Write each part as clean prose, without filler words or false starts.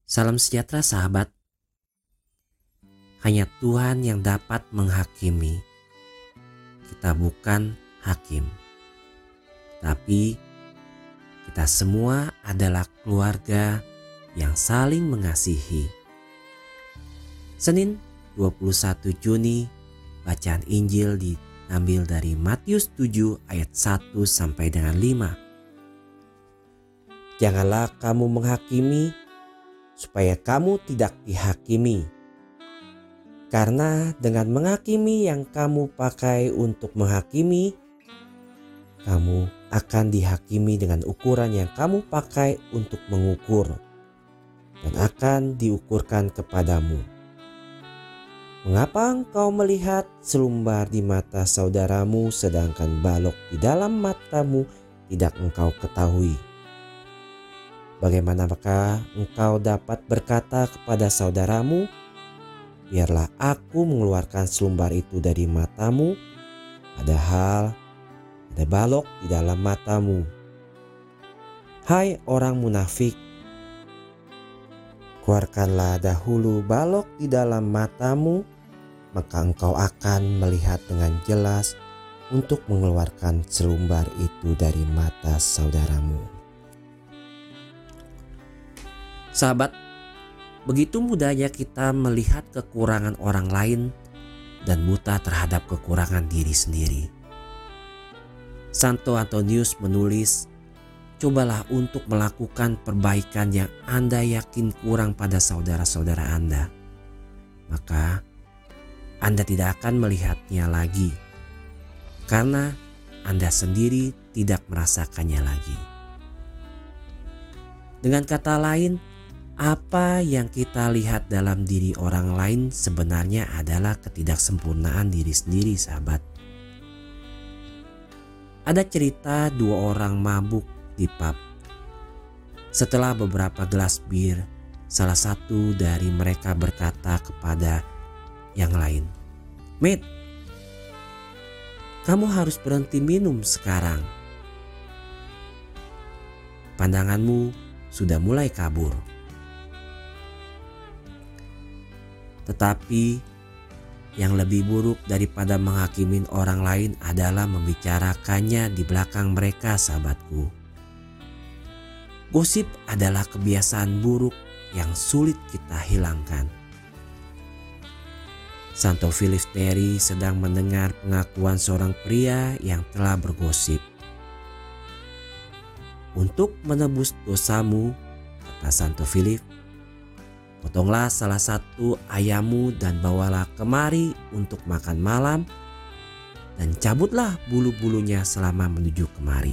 Salam sejahtera sahabat. Hanya Tuhan yang dapat menghakimi. Kita bukan hakim. Tapi kita semua adalah keluarga yang saling mengasihi. Senin 21 Juni, bacaan Injil diambil dari Matius 7 ayat 1 sampai dengan 5. Janganlah kamu menghakimi, supaya kamu tidak dihakimi. Karena dengan menghakimi yang kamu pakai untuk menghakimi, kamu akan dihakimi dengan ukuran yang kamu pakai untuk mengukur, dan akan diukurkan kepadamu. Mengapa engkau melihat selumbar di mata saudaramu, sedangkan balok di dalam matamu tidak engkau ketahui? Bagaimanakah engkau dapat berkata kepada saudaramu, biarlah aku mengeluarkan selumbar itu dari matamu, padahal ada balok di dalam matamu? Hai orang munafik, keluarkanlah dahulu balok di dalam matamu, maka engkau akan melihat dengan jelas untuk mengeluarkan selumbar itu dari mata saudaramu. Sahabat, begitu mudahnya kita melihat kekurangan orang lain dan buta terhadap kekurangan diri sendiri. Santo Antonius menulis, cobalah untuk melakukan perbaikan yang Anda yakin kurang pada saudara-saudara Anda. Maka Anda tidak akan melihatnya lagi, karena Anda sendiri tidak merasakannya lagi. Dengan kata lain, apa yang kita lihat dalam diri orang lain sebenarnya adalah ketidaksempurnaan diri sendiri, sahabat. Ada cerita dua orang mabuk di pub. Setelah beberapa gelas bir, salah satu dari mereka berkata kepada yang lain, "Mate, kamu harus berhenti minum sekarang. Pandanganmu sudah mulai kabur." Tetapi yang lebih buruk daripada menghakimin orang lain adalah membicarakannya di belakang mereka, sahabatku. Gosip adalah kebiasaan buruk yang sulit kita hilangkan. Santo Philip Neri sedang mendengar pengakuan seorang pria yang telah bergosip. Untuk menebus dosamu, kata Santo Philip, potonglah salah satu ayammu dan bawalah kemari untuk makan malam, dan cabutlah bulu-bulunya selama menuju kemari.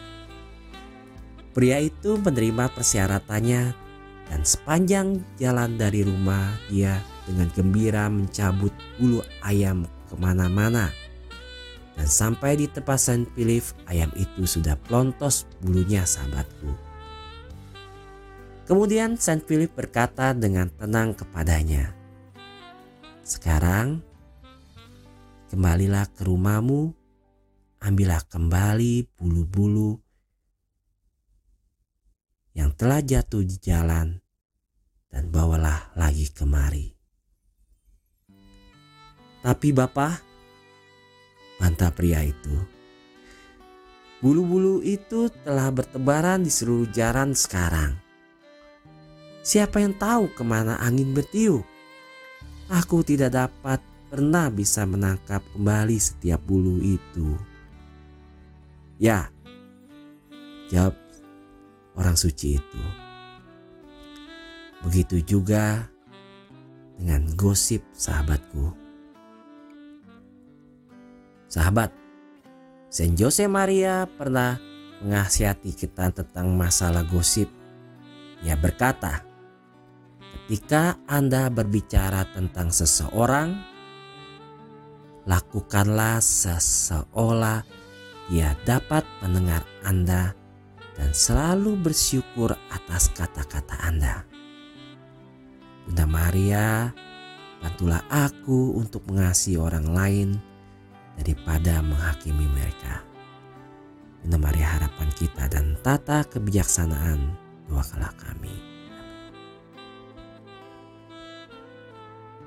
Pria itu menerima persyaratannya, dan sepanjang jalan dari rumah dia dengan gembira mencabut bulu ayam kemana-mana. Dan sampai di tempat Saint Philip, ayam itu sudah pelontos bulunya, sahabatku. Kemudian Saint Philip berkata dengan tenang kepadanya, "Sekarang kembalilah ke rumahmu, ambillah kembali bulu-bulu yang telah jatuh di jalan, dan bawalah lagi kemari." "Tapi Bapak," bantah pria itu, "bulu-bulu itu telah bertebaran di seluruh jalan sekarang. Siapa yang tahu kemana angin bertiup? Aku tidak dapat pernah bisa menangkap kembali setiap bulu itu." "Ya," jawab orang suci itu, "begitu juga dengan gosip, sahabatku." Sahabat, Saint Jose Maria pernah menasihati kita tentang masalah gosip. Ia berkata, ketika Anda berbicara tentang seseorang, lakukanlah seolah dia dapat mendengar Anda dan selalu bersyukur atas kata-kata Anda. Bunda Maria, bantulah aku untuk mengasihi orang lain daripada menghakimi mereka. Bunda Maria harapan kita dan tata kebijaksanaan, doakanlah kami.